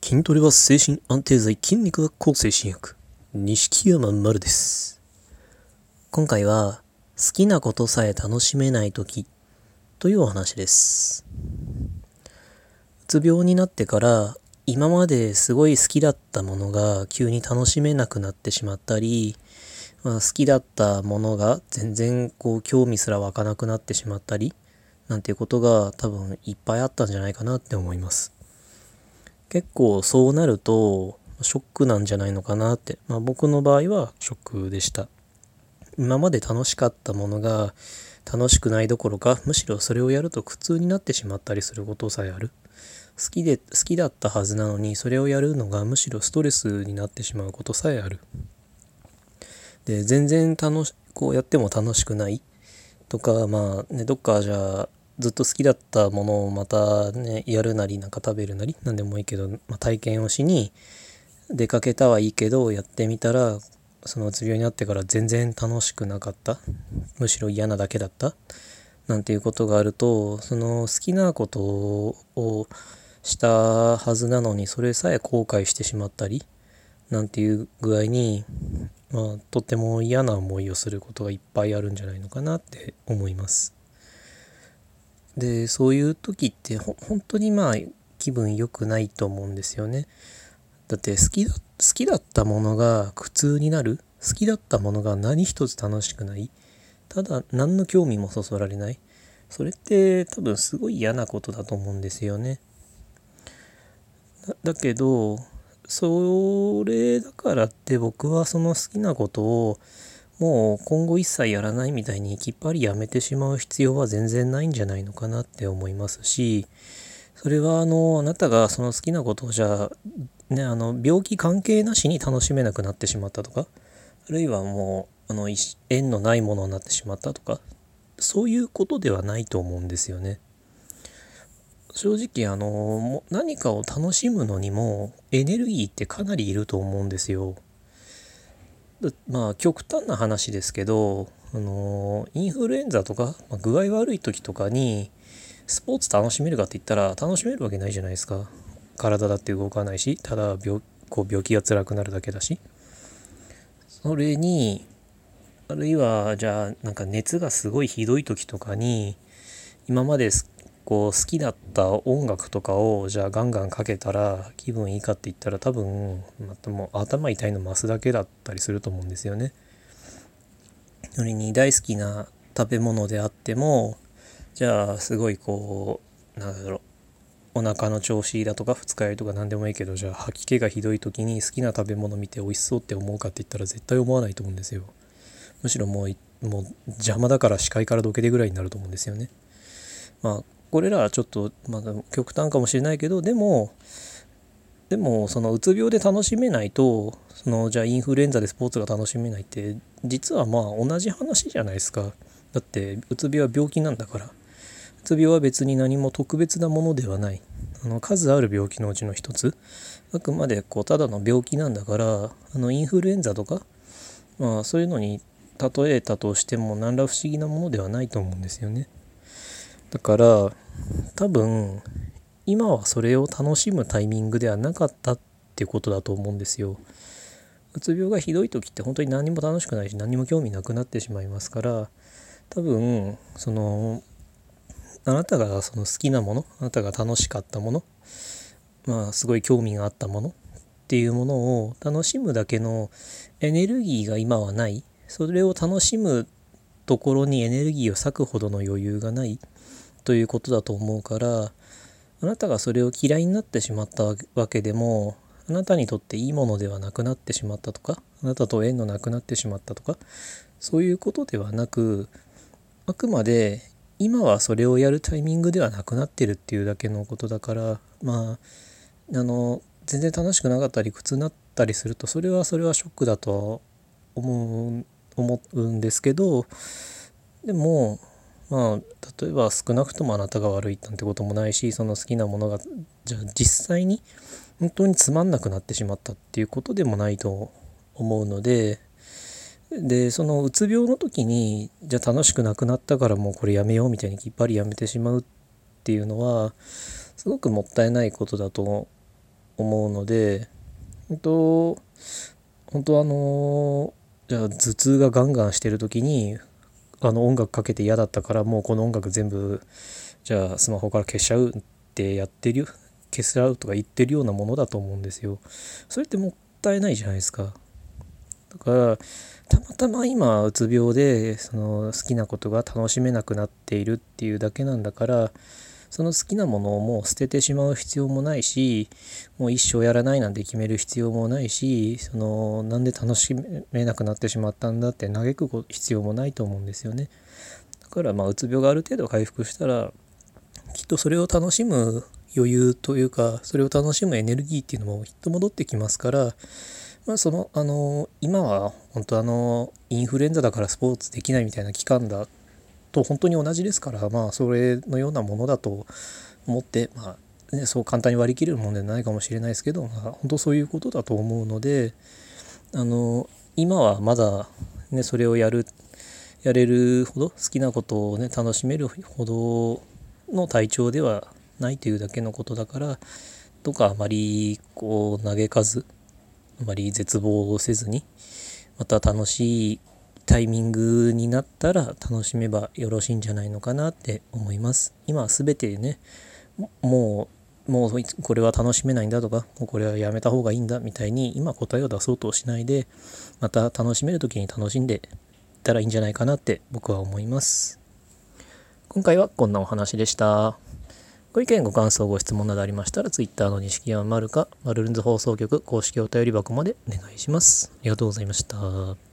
筋トレは精神安定剤、筋肉は抗精神薬。錦山丸です。今回は好きなことさえ楽しめないときというお話です。うつ病になってから今まですごい好きだったものが急に楽しめなくなってしまったり、好きだったものが全然興味すら湧かなくなってしまったりなんていうことが多分いっぱいあったんじゃないかなって思います。結構そうなるとショックなんじゃないのかなって、僕の場合はショックでした。今まで楽しかったものが楽しくないどころか、むしろそれをやると苦痛になってしまったりすることさえある。好きだったはずなのに、それをやるのがむしろストレスになってしまうことさえある。で、全然こうやっても楽しくないとか、どっかじゃあずっと好きだったものをまたね、やるなりなんか食べるなりなんでもいいけど、体験をしに出かけたはいいけど、やってみたらそのうつ病になってから全然楽しくなかった、むしろ嫌なだけだったなんていうことがあると、その好きなことをしたはずなのにそれさえ後悔してしまったりなんていう具合に、とっても嫌な思いをすることがいっぱいあるんじゃないのかなって思います。で、そういう時って本当に気分良くないと思うんですよね。だって好きだったものが苦痛になる、好きだったものが何一つ楽しくない、ただ何の興味もそそられない、それって多分すごい嫌なことだと思うんですよね。だけどそれだからって僕はその好きなことをもう今後一切やらないみたいにきっぱりやめてしまう必要は全然ないんじゃないのかなって思いますし、それはあなたがその好きなことをじゃあね、病気関係なしに楽しめなくなってしまったとか、あるいはもう縁のないものになってしまったとか、そういうことではないと思うんですよね。正直何かを楽しむのにもエネルギーってかなりいると思うんですよ。極端な話ですけど、インフルエンザとか、具合悪い時とかにスポーツ楽しめるかって言ったら楽しめるわけないじゃないですか。体だって動かないし、ただ病気が辛くなるだけだし。それにあるいはじゃあなんか熱がすごいひどい時とかに、今まで好きだった音楽とかをじゃあガンガンかけたら気分いいかって言ったら、多分またもう頭痛いの増すだけだったりすると思うんですよね。それに大好きな食べ物であっても、じゃあすごいなんだろう、お腹の調子いいだとか二日酔いとか何でもいいけど、じゃあ吐き気がひどい時に好きな食べ物見て美味しそうって思うかって言ったら絶対思わないと思うんですよ。むしろもう邪魔だから視界からどけてぐらいになると思うんですよね。これらはちょっと極端かもしれないけど、でもそのうつ病で楽しめないと、じゃあインフルエンザでスポーツが楽しめないって実は同じ話じゃないですか。だってうつ病は病気なんだから。うつ病は別に何も特別なものではない。数ある病気のうちの一つ、あくまでただの病気なんだから、インフルエンザとかそういうのに例えたとしても何ら不思議なものではないと思うんですよね。だから多分今はそれを楽しむタイミングではなかったっていうことだと思うんですよ。うつ病がひどい時って本当に何も楽しくないし何も興味なくなってしまいますから、多分あなたがその好きなもの、あなたが楽しかったもの、すごい興味があったものっていうものを楽しむだけのエネルギーが今はない。それを楽しむところにエネルギーを割くほどの余裕がないということだと思うから、あなたがそれを嫌いになってしまったわけでも、あなたにとっていいものではなくなってしまったとか、あなたと縁のなくなってしまったとか、そういうことではなく、あくまで今はそれをやるタイミングではなくなってるっていうだけのことだから、全然楽しくなかったり苦痛になったりすると、それはショックだと思うんですけど、でも例えば少なくともあなたが悪いなんてこともないし、その好きなものがじゃあ実際に本当につまんなくなってしまったっていうことでもないと思うので、そのうつ病の時にじゃあ楽しくなくなったからもうこれやめようみたいにきっぱりやめてしまうっていうのはすごくもったいないことだと思うので、本当じゃあ頭痛がガンガンしてる時に音楽かけて嫌だったからもうこの音楽全部じゃあスマホから消しちゃうって消しちゃうとか言ってるようなものだと思うんですよ。それってもったいないじゃないですか。だからたまたま今うつ病でその好きなことが楽しめなくなっているっていうだけなんだから、その好きなものをもう捨ててしまう必要もないし、もう一生やらないなんて決める必要もないし、なんで楽しめなくなってしまったんだって嘆く必要もないと思うんですよね。だからうつ病がある程度回復したら、きっとそれを楽しむ余裕というか、それを楽しむエネルギーっていうのもきっと戻ってきますから、今は本当インフルエンザだからスポーツできないみたいな期間だと本当に同じですから、それのようなものだと思って、そう簡単に割り切れるものではないかもしれないですけど、本当そういうことだと思うので、今はまだね、それをやれるほど好きなことをね楽しめるほどの体調ではないというだけのことだから、どうかあまり嘆かず、あまり絶望せずに、また楽しいタイミングになったら楽しめばよろしいんじゃないのかなって思います。今は全てね、もうこれは楽しめないんだとか、もうこれはやめた方がいいんだみたいに今答えを出そうとしないで、また楽しめる時に楽しんでいったらいいんじゃないかなって僕は思います。今回はこんなお話でした。ご意見ご感想ご質問などありましたら Twitter の錦山丸かマルルンズ放送局公式お便り箱までお願いします。ありがとうございました。